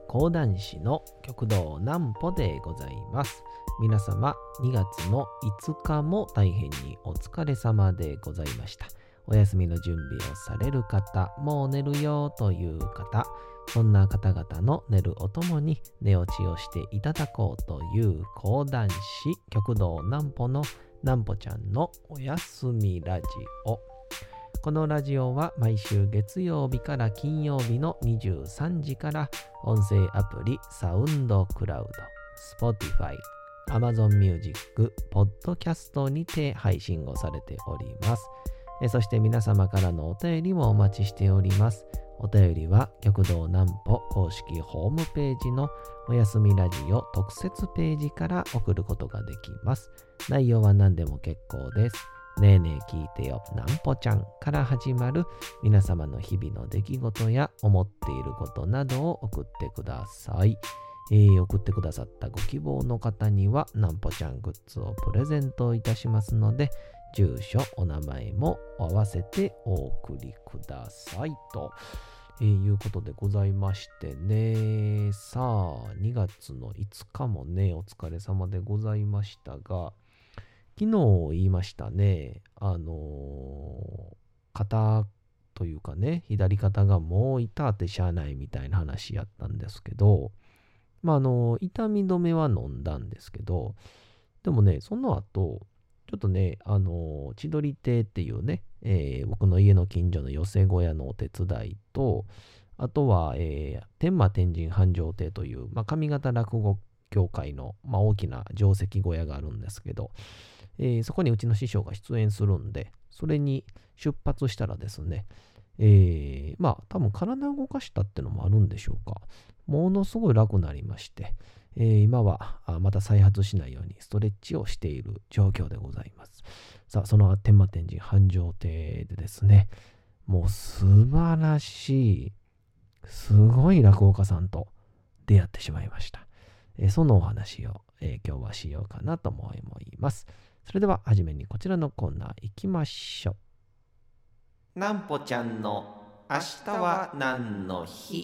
講談師の極道南歩でございます。皆様2月の5日も大変にお疲れ様でございました。お休みの準備をされる方、もう寝るよという方、そんな方々の寝るおともに寝落ちをしていただこうという講談師極道南歩の南歩ちゃんのおやすみラジオ。このラジオは毎週月曜日から金曜日の23時から音声アプリサウンドクラウド、Spotify、Amazon Music、ポッドキャストにて配信をされております。そして皆様からのお便りもお待ちしております。お便りは極道南歩公式ホームページのおやすみラジオ特設ページから送ることができます。内容は何でも結構です。ねえねえ聞いてよなんぽちゃんから始まる皆様の日々の出来事や思っていることなどを送ってください。送ってくださったご希望の方にはなんぽちゃんグッズをプレゼントいたしますので、住所お名前も合わせてお送りくださいと、いうことでございましてね。さあ2月の5日もねお疲れ様でございましたが、昨日言いましたね。肩というかね、左肩がもう痛ってしゃあないみたいな話やったんですけど、痛み止めは飲んだんですけど、でもね、その後、ちょっとね、千鳥亭っていうね、僕の家の近所の寄席小屋のお手伝いと、あとは、天満天神繁盛亭という、上方落語協会の、大きな定石小屋があるんですけど、そこにうちの師匠が出演するんで、それに出発したらですね、多分体を動かしたってのもあるんでしょうか。ものすごい楽になりまして、今はまた再発しないようにストレッチをしている状況でございます。さあ、その天満天神繁盛亭でですね、もう素晴らしい、すごい落語家さんと出会ってしまいました。そのお話を、今日はしようかなと思います。それでははじめにこちらのコーナー行きましょう。なんぽちゃんの明日は何の日。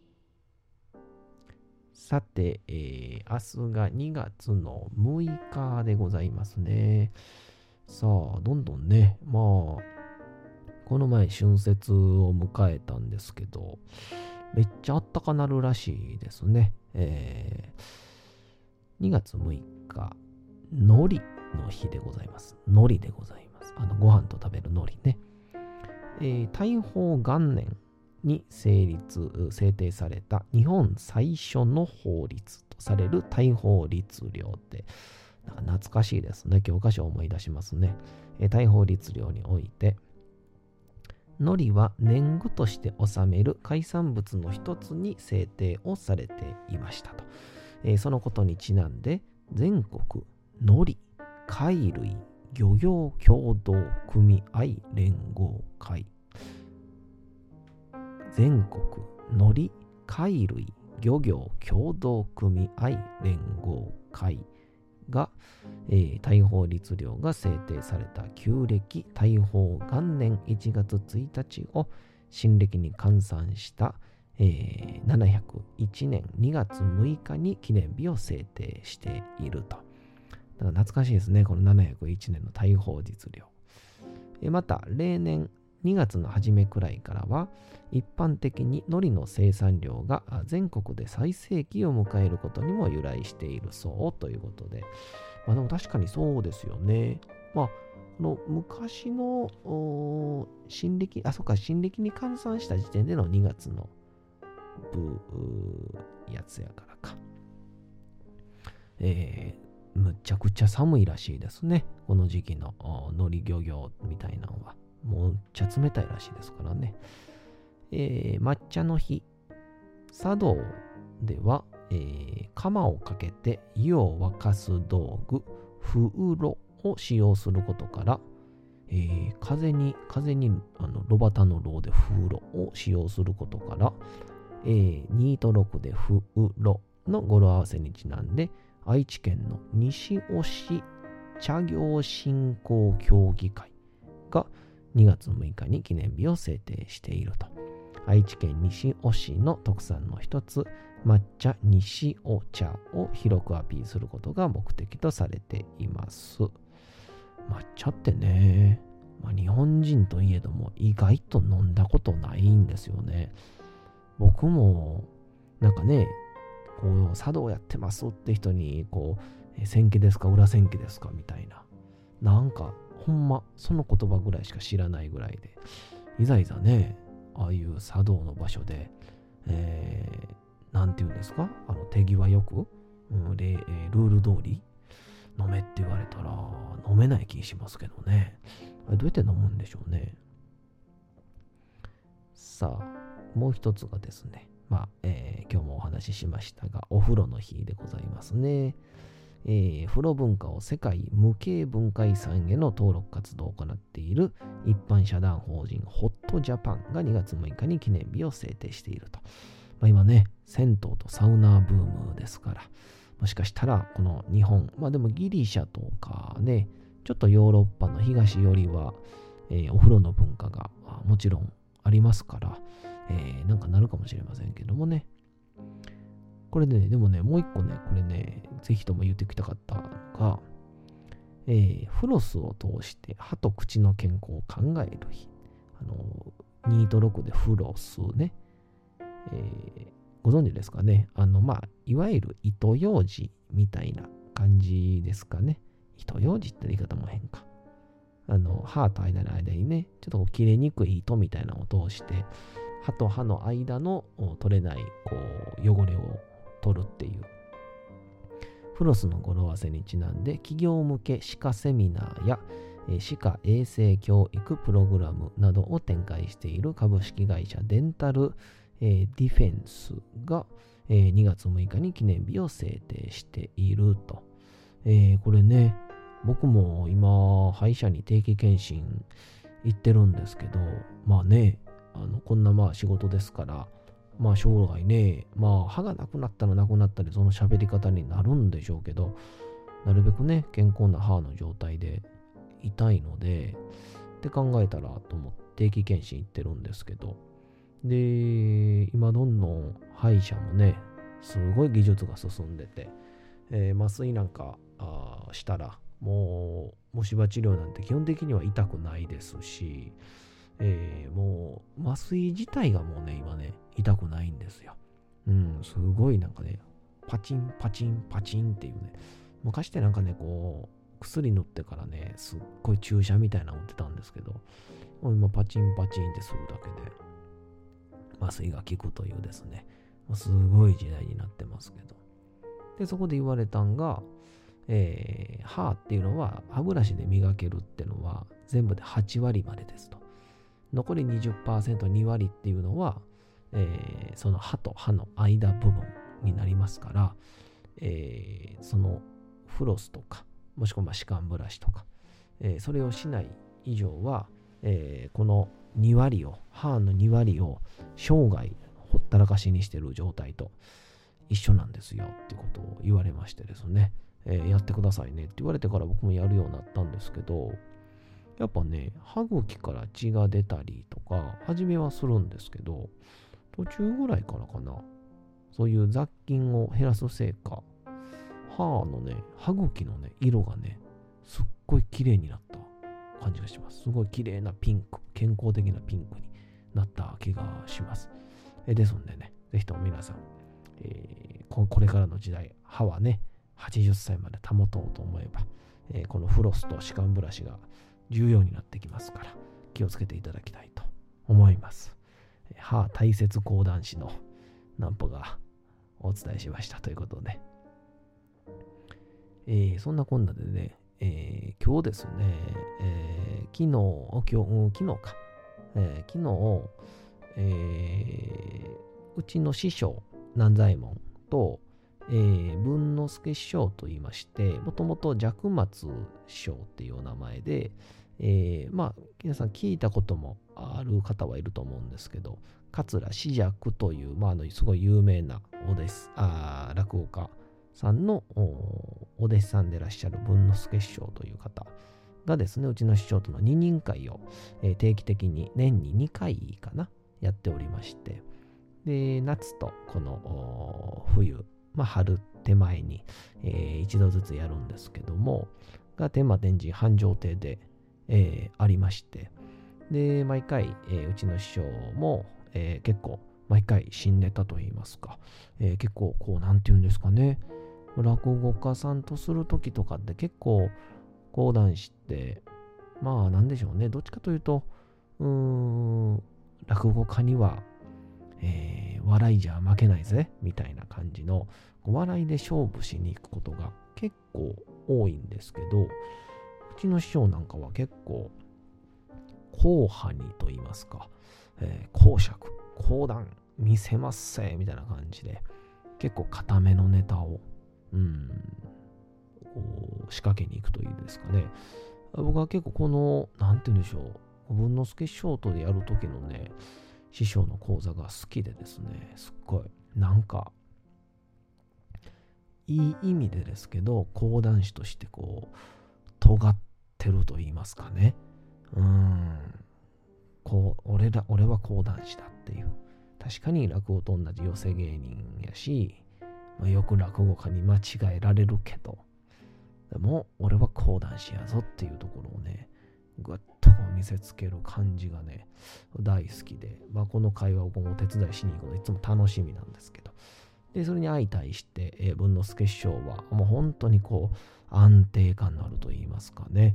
さて、明日が2月の6日でございますね。さあ、どんどんね、この前春節を迎えたんですけど、めっちゃあったかなるらしいですね。2月6日、海苔の日でございます。海苔でございます。ご飯と食べる海苔ね。大宝元年に制定された日本最初の法律とされる大宝律令って、なんか懐かしいですね。教科書を思い出しますね。大宝律令において、海苔は年貢として納める海産物の一つに制定をされていましたと。そのことにちなんで、全国海苔貝類漁業協同組合連合会、全国海苔貝類漁業協同組合連合会が、大宝律令が制定された旧暦大宝元年1月1日を新暦に換算した701年2月6日に記念日を制定していると。だから懐かしいですね、この701年の大宝律令。また例年2月の初めくらいからは一般的に海苔の生産量が全国で最盛期を迎えることにも由来しているそうということで、でも確かにそうですよね。昔の新暦に換算した時点での2月のやつやからか。むちゃくちゃ寒いらしいですね。この時期の海苔漁業みたいなのは。もうめっちゃ冷たいらしいですからね。抹茶の日。茶道では、釜をかけて湯を沸かす道具、風炉を使用することから、風に炉端の炉で風炉を使用することから、2と6で風炉の語呂合わせにちなんで、愛知県の西尾市茶業振興協議会が2月6日に記念日を制定していると。 愛知県西尾市の特産の一つ、抹茶西尾茶を広くアピールすることが目的とされています。抹茶ってね、日本人といえども意外と飲んだことないんですよね。僕もなんかね、こう茶道やってますって人にこう千家ですか裏千家ですかみたいな、なんかほんまその言葉ぐらいしか知らないぐらいで、いざいざね、ああいう茶道の場所で、なんていうんですか、手際よく、ルール通り飲めって言われたら飲めない気しますけどね。あれどうやって飲むんでしょうね。さあ、もう一つがですね、今日もお話ししましたが、お風呂の日でございますね。風呂文化を世界無形文化遺産への登録活動を行っている一般社団法人ホットジャパンが2月6日に記念日を制定していると。今ね、銭湯とサウナーブームですから、もしかしたらこの日本、でもギリシャとかね、ちょっとヨーロッパの東よりは、お風呂の文化がもちろんありますから、なんかなるかもしれませんけどもね。これね、でもね、もう一個ね、これね、ぜひとも言ってきたかったのが、フロスを通して歯と口の健康を考える日。2と6でフロスね。ご存知ですかね。いわゆる糸ようじみたいな感じですかね。糸ようじって言い方も変か。歯と間の間にね、ちょっと切れにくい糸みたいなのを通して、歯と歯の間の取れない汚れを取るっていう。フロスの語呂合わせにちなんで、企業向け歯科セミナーや歯科衛生教育プログラムなどを展開している株式会社デンタルディフェンスが2月6日に記念日を制定していると。これね、僕も今歯医者に定期検診行ってるんですけど、こんな仕事ですから、将来ね、歯がなくなったらなくなったり、その喋り方になるんでしょうけど、なるべくね、健康な歯の状態でいたいので、って考えたらと思って定期検診行ってるんですけど、で、今どんどん歯医者もね、すごい技術が進んでて、麻酔なんかしたら、もう虫歯治療なんて基本的には痛くないですし、もう麻酔自体がもうね、今ね、痛くないんですよ。すごいなんかね、パチンパチンパチンっていうね、昔ってなんかね、薬塗ってからね、すっごい注射みたいなの打ってたんですけど、もう今パチンパチンってするだけで麻酔が効くというですね、すごい時代になってますけど。で、そこで言われたんが、歯っていうのは歯ブラシで磨けるっていうのは全部で8割までですと。残り 20%2 割っていうのは、その歯と歯の間部分になりますから、そのフロスとか、もしくは歯間ブラシとか、それをしない以上は、この2割を、歯の2割を生涯ほったらかしにしてる状態と一緒なんですよってことを言われましてですね、やってくださいねって言われてから僕もやるようになったんですけど、やっぱね、歯茎から血が出たりとか、初めはするんですけど、途中ぐらいからかな、そういう雑菌を減らすせいか、歯のね、歯茎のね、色がね、すっごい綺麗になった感じがします。すごい綺麗なピンク、健康的なピンクになった気がします。ですのでね、ぜひとも皆さん、これからの時代、歯はね、80歳まで保とうと思えば、このフロスと歯間ブラシが重要になってきますから、気をつけていただきたいと思います。歯大切講談師のナンポがお伝えしましたということで、そんなこんなでね、今日ですね、昨日か、昨日、うちの師匠南左衛門と、文之助師匠と言いまして、もともと寂松師匠っていうお名前で、皆さん聞いたこともある方はいると思うんですけど、桂枝雀という、すごい有名な落語家さんのお弟子さんでいらっしゃる文之助師匠という方がですね、うちの師匠との二人会を、定期的に年に2回かな、 やっておりまして、で、夏とこの冬、春手前に、一度ずつやるんですけども、が天満天神繁盛亭で、ありまして、で、毎回、うちの師匠も、結構、毎回新ネタといいますか、結構なんて言うんですかね、落語家さんとするときとかって結構、講談師って、なんでしょうね、どっちかというと、落語家には、笑いじゃ負けないぜ、みたいな感じの、笑いで勝負しに行くことが結構多いんですけど、うちの師匠なんかは結構、硬派にと言いますか、講釈、講談見せますせ、みたいな感じで、結構固めのネタを、仕掛けに行くといいですかね。僕は結構なんて言うんでしょう、文之助師匠とでやるときのね、師匠の講座が好きでですね、すっごい、なんか、いい意味でですけど、講談師として尖ってると言いますかね。俺は講談師だっていう。確かに落語と同じ寄せ芸人やし、よく落語家に間違えられるけど、でも俺は講談師やぞっていうところをね、ぐっと見せつける感じがね、大好きで、この会話を今後お手伝いしに行くのいつも楽しみなんですけど、で、それに相対して、文之助師匠はもう本当に安定感のあると言いますかね。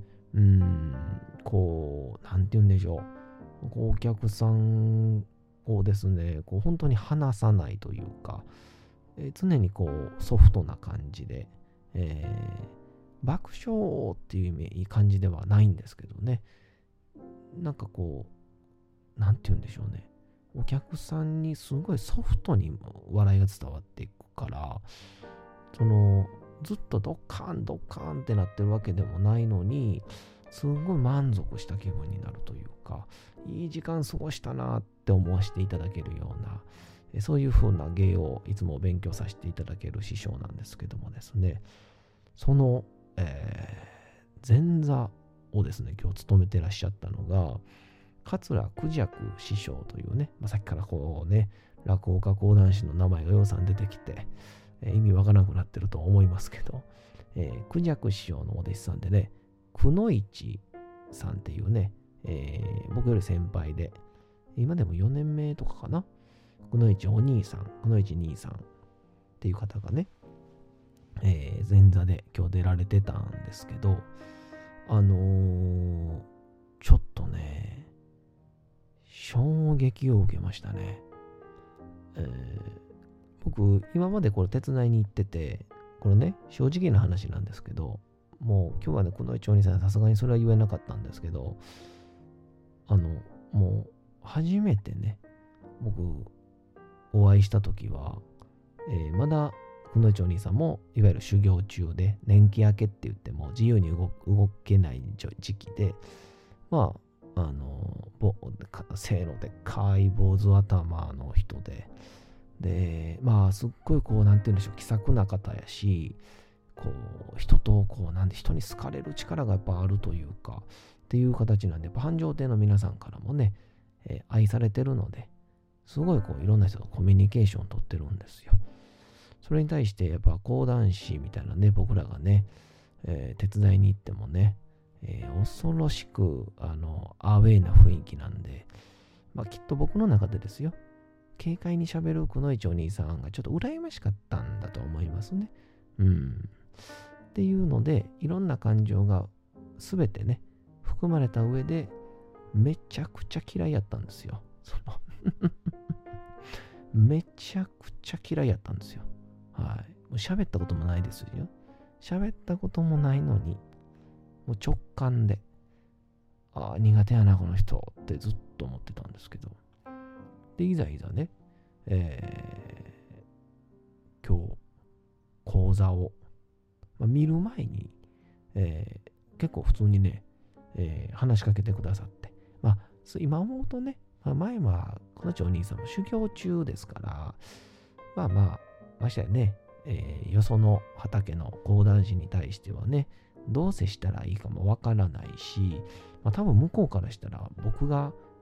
なんて言うんでしょう。お客さんをですね、本当に離さないというか、常にソフトな感じで、爆笑っていう感じではないんですけどね。なんかなんて言うんでしょうね。お客さんにすごいソフトに笑いが伝わっていくから、ずっとドッカーンドッカーンってなってるわけでもないのに、すごい満足した気分になるというか、いい時間過ごしたなって思わせていただけるような、そういう風な芸をいつも勉強させていただける師匠なんですけどもですね、その、前座をですね、今日務めてらっしゃったのが、桂九尺師匠というね、さっきから落語家講談師の名前がようさん出てきて、意味わからなくなってると思いますけど、九尺師匠のお弟子さんでね、くのいちさんっていうね、僕より先輩で、今でも4年目とかかな、くのいちお兄さん、くのいち兄さんっていう方がね、前座で今日出られてたんですけど、ちょっとね、衝撃を受けましたね。僕、今までこれ手伝いに行ってて、これね、正直な話なんですけど、もう今日はね、くのいちお兄さんさすがにそれは言えなかったんですけど、もう初めてね、僕、お会いしたときは、まだくのいちお兄さんもいわゆる修行中で、年季明けって言っても自由に動けない時期で、背のでっかい坊主頭の人で、すっごいなんて言うんでしょう、気さくな方やし、人と人に好かれる力がやっぱあるというか、っていう形なんで、やっぱ繁盛亭の皆さんからもね、愛されてるので、すごいいろんな人とコミュニケーションを取ってるんですよ。それに対してやっぱ講談師みたいなね、僕らがね、手伝いに行ってもね、恐ろしくアウェイな雰囲気なんで、きっと僕の中でですよ、軽快に喋るくのいちお兄さんがちょっと羨ましかったんだと思いますね。っていうので、いろんな感情が全てね、含まれた上で、めちゃくちゃ嫌いやったんですよ。めちゃくちゃ嫌いやったんですよ。はい。もう喋ったこともないですよ。喋ったこともないのに、もう直感で、苦手やな、この人ってずっと思ってたんですけど。で、いざね、今日、講座を、見る前に、結構普通にね、話しかけてくださって。今思うとね、前は、このちお兄さんも修行中ですから、ましてやね、よその畑の講談師に対してはね、どう接したらいいかもわからないし、多分向こうからしたら僕が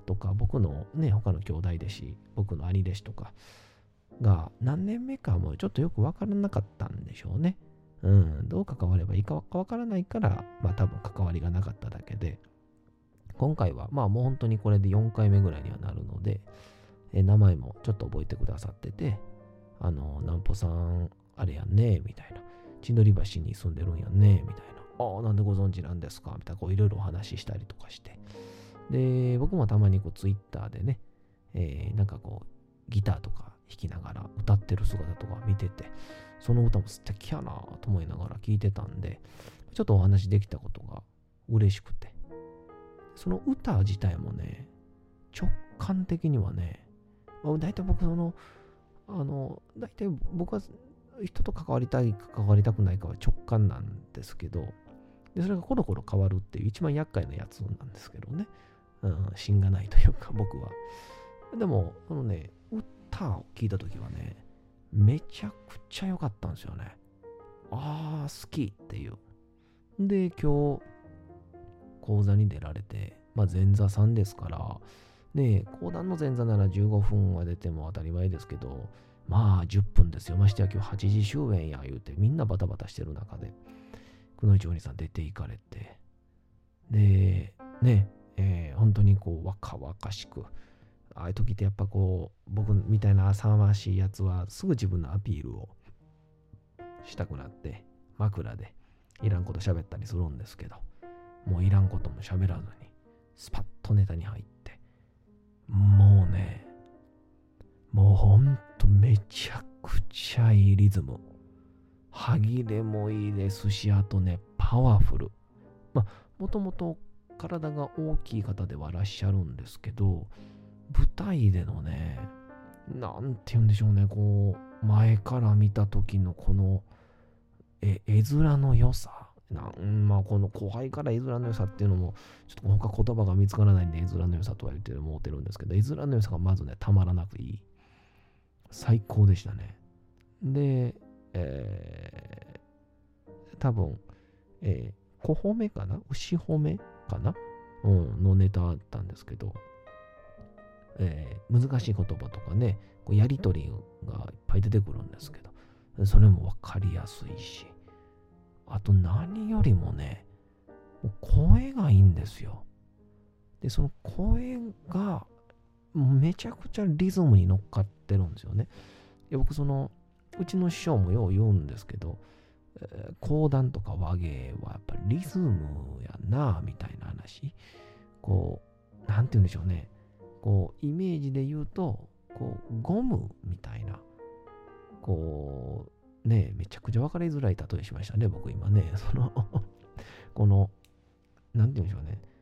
とか、僕のね、他の兄弟弟子、僕の兄弟子とかが何年目かもちょっとよくわからなかったんでしょうね。どう関わればいいかわからないから、多分関わりがなかっただけで、今回はもう本当にこれで4回目ぐらいにはなるので、名前もちょっと覚えてくださってて、南穂さん、あれやんね、みたいな。千鳥橋に住んでるんやんね、みたいな。ああ、なんでご存知なんですかみたいな、いろいろお話ししたりとかして。で、僕もたまにツイッターでね、ギターとか弾きながら歌ってる姿とか見てて、その歌も素敵やなと思いながら聞いてたんで、ちょっとお話できたことが嬉しくて。その歌自体もね、直感的にはね、大体僕大体僕は人と関わりたいか関わりたくないかは直感なんですけど、でそれがコロコロ変わるっていう一番厄介なやつなんですけどね。芯がないというか僕は。でも、歌を聴いたときはね、めちゃくちゃ良かったんですよね。ああ、好きっていう。で、今日、講座に出られて、前座さんですから、ね講談の前座なら15分は出ても当たり前ですけど、10分ですよ。ましてや今日8時終演や言うて、みんなバタバタしてる中で、くのいちお兄さん出て行かれて、で、本当に若々しく、ああいう時ってやっぱ僕みたいな浅ましいやつはすぐ自分のアピールをしたくなって、枕でいらんこと喋ったりするんですけど、もういらんことも喋らずに、スパッとネタに入って、もうね、もうほんとめちゃくちゃいいリズム。歯切れもいいですし、あとね、パワフル。もともと体が大きい方ではいらっしゃるんですけど、舞台でのね、なんて言うんでしょうね、前から見た時のこの絵面の良さ。この後輩から絵面の良さっていうのも、ちょっと他言葉が見つからないんで、絵面の良さとは言って思ってるんですけど、絵面の良さがまずね、たまらなくいい。最高でしたね。で、多分、小褒めかな牛褒めかなのネタだったんですけど、難しい言葉とかね、やりとりがいっぱい出てくるんですけど、それもわかりやすいし、あと何よりもね、もう声がいいんですよ。で、その声がめちゃくちゃリズムに乗っかってるんですよね。僕うちの師匠もよう言うんですけど、講談とか話芸はやっぱりリズムやなみたいな話。なんて言うんでしょうね。イメージで言うと、ゴムみたいな、めちゃくちゃ分かりづらい例えしましたね、僕今ね。なんて言うんでしょうね。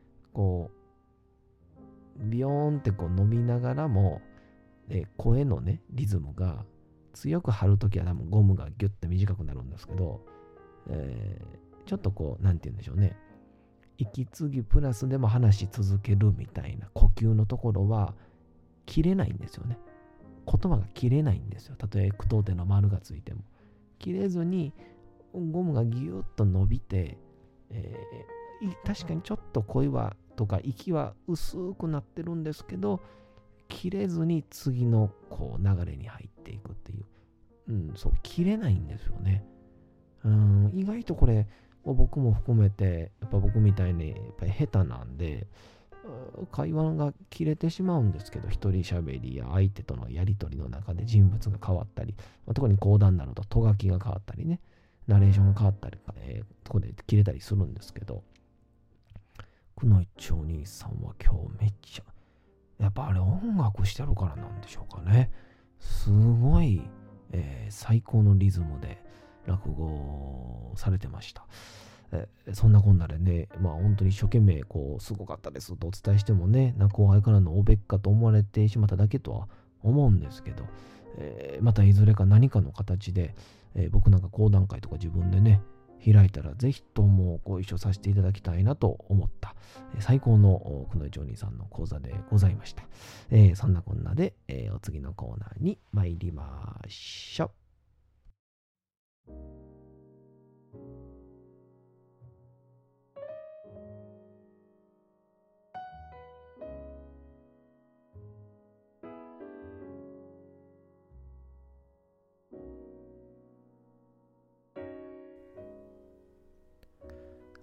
ビヨーンって伸びながらも、声のね、リズムが強く張るときは多分ゴムがギュッて短くなるんですけど、ちょっとなんて言うんでしょうね。息継ぎプラスでも話し続けるみたいな呼吸のところは切れないんですよね。言葉が切れないんですよ。たとえ句読点の丸がついても。切れずにゴムがギュッと伸びて、確かにちょっと声はとか息は薄くなってるんですけど、切れずに次の流れに入っていくっていう。そう、切れないんですよね。意外とこれ、僕も含めて、やっぱ僕みたいにやっぱり下手なんで、会話が切れてしまうんですけど、一人喋りや相手とのやりとりの中で人物が変わったり、特に講談になるととがきが変わったりね、ナレーションが変わったり、とこで切れたりするんですけど、くのいちお兄さんは今日めっちゃ、やっぱあれ音楽してるからなんでしょうかね。すごい、最高のリズムで落語されてました。そんなこんなでね、本当に一生懸命すごかったですとお伝えしてもね、後輩からのおべっかと思われてしまっただけとは思うんですけど、またいずれか何かの形で、僕なんか講談会とか自分でね、開いたらぜひともご一緒させていただきたいなと思った、最高のくのいちお兄さんの講座でございました。そんなこんなで、お次のコーナーに参りましょう。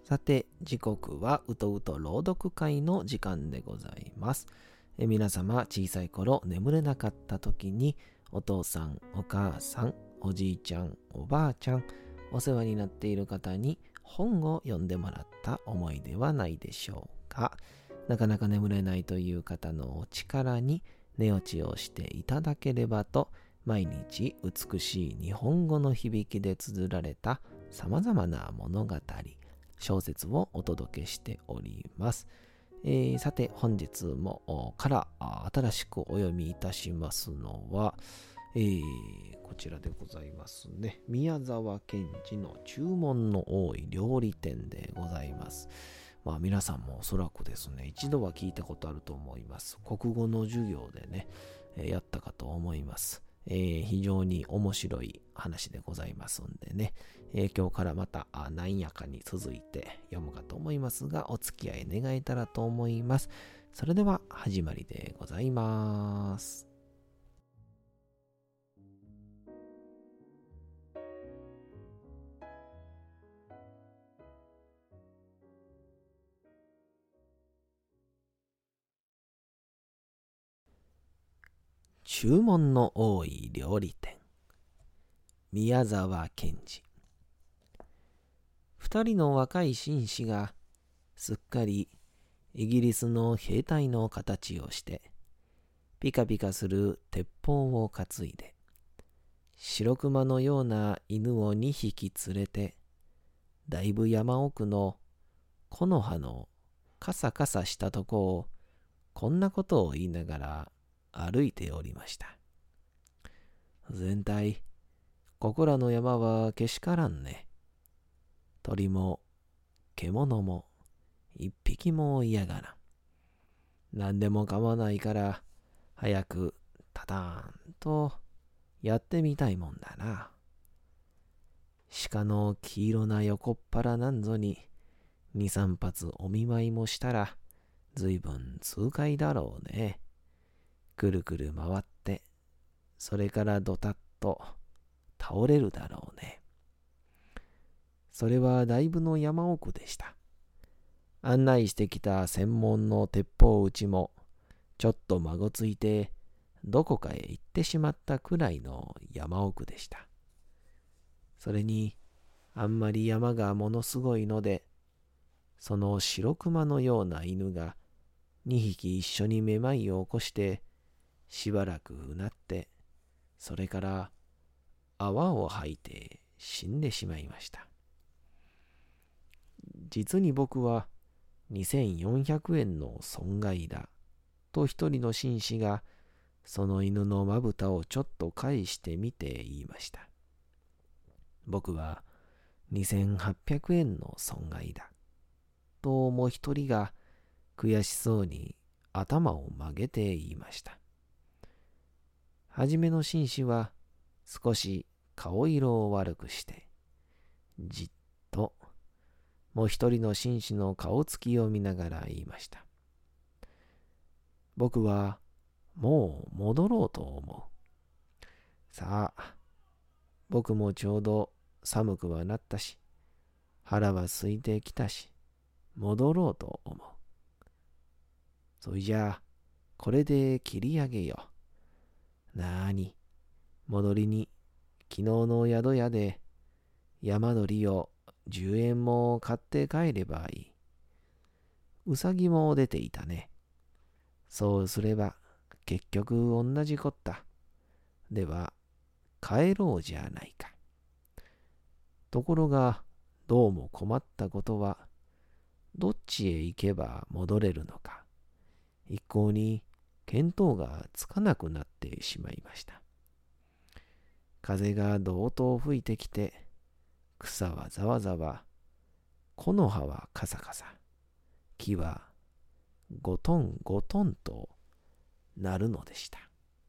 さて、時刻はうとうと朗読会の時間でございます。皆様、小さい頃眠れなかった時に、お父さん、お母さん、おじいちゃん、おばあちゃん、お世話になっている方に本を読んでもらった思い出はないでしょうか。なかなか眠れないという方のお力に寝落ちをしていただければと、毎日美しい日本語の響きで綴られたさまざまな物語、小説をお届けしております。さて本日もから新しくお読みいたしますのは、こちらでございますね。宮沢賢治の注文の多い料理店でございます。皆さんもおそらくですね、一度は聞いたことあると思います。国語の授業でね、やったかと思います。非常に面白い話でございますんでね、今日からまたなんやかに続いて読むかと思いますが、お付き合い願えたらと思います。それでは始まりでございます。注文の多い料理店。宮沢賢治。二人の若い紳士がすっかりイギリスの兵隊の形をしてピカピカする鉄砲を担いで白熊のような犬を2匹連れてだいぶ山奥の木の葉のカサカサしたとこをこんなことを言いながら歩いておりました。全体ここらの山はけしからんね。鳥も獣も一匹も嫌がらん。何でも構わないから早くタターンとやってみたいもんだな。鹿の黄色な横っ腹なんぞに2、3発お見舞いもしたらずいぶん痛快だろうね。くるくる回ってそれからドタッと倒れるだろうね。それはだいぶの山奥でした。案内してきた専門の鉄砲撃ちもちょっとまごついてどこかへ行ってしまったくらいの山奥でした。それにあんまり山がものすごいので、その白熊のような犬が2匹一緒にめまいを起こしてしばらくうなって、それから泡を吐いて死んでしまいました。実に僕は2400円の損害だと一人の紳士がその犬のまぶたをちょっと返してみて言いました。僕は2800円の損害だともう一人が悔しそうに頭を曲げて言いました。はじめの紳士は少し顔色を悪くしてじっともう一人の紳士の顔つきを見ながら言いました。僕はもう戻ろうと思う。さあ、僕もちょうど寒くはなったし、腹は空いてきたし、戻ろうと思う。それじゃあ、これで切り上げよう。なーに、戻りに昨日の宿屋で山鳥を10円も買って帰ればいい。うさぎも出ていたね。そうすれば結局同じこった。では帰ろうじゃないか。ところがどうも困ったことは、どっちへ行けば戻れるのか、一向に見当がつかなくなってしまいました。風がどうと吹いてきて、草はざわざわ、木の葉はカサカサ、木はゴトンゴトンと鳴るのでした。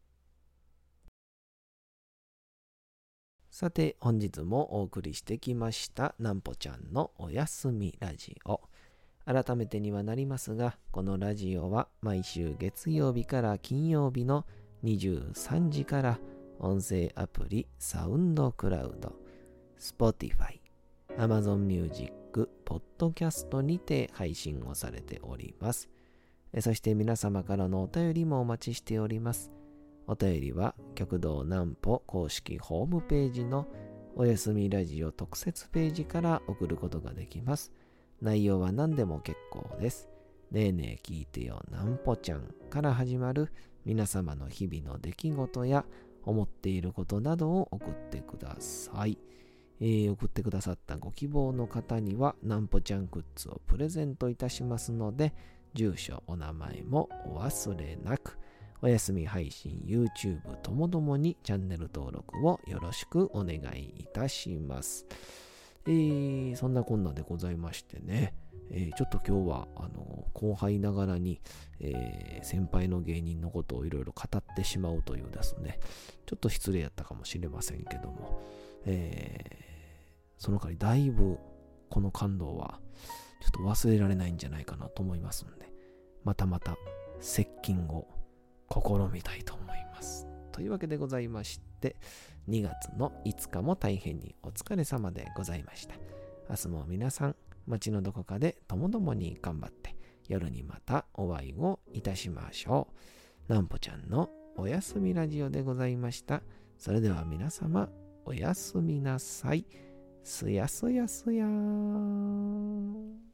さて本日もお送りしてきましたなんぽちゃんのおやすみラジオ。改めてにはなりますが、このラジオは毎週月曜日から金曜日の23時から音声アプリサウンドクラウド、Spotify、Amazon Music、 各ポッドキャストにて配信をされております。そして皆様からのお便りもお待ちしております。お便りは極道南歩公式ホームページのおやすみラジオ特設ページから送ることができます。内容は何でも結構です。ねえねえ聞いてよなんぽちゃんから始まる皆様の日々の出来事や思っていることなどを送ってください。送ってくださったご希望の方にはなんぽちゃんグッズをプレゼントいたしますので、住所お名前もお忘れなく。おやすみ配信 YouTube ともどもにチャンネル登録をよろしくお願いいたします。そんなこんなでございましてね、ちょっと今日は後輩ながらに、先輩の芸人のことをいろいろ語ってしまうというですね、ちょっと失礼やったかもしれませんけども、その代わりだいぶこの感動はちょっと忘れられないんじゃないかなと思いますんで、また接近を試みたいと思います。というわけでございまして、2月の5日も大変にお疲れ様でございました。明日も皆さん、街のどこかでともどもに頑張って、夜にまたお会いをいたしましょう。なんぽちゃんのおやすみラジオでございました。それでは皆様、おやすみなさい。すやすやすやーん。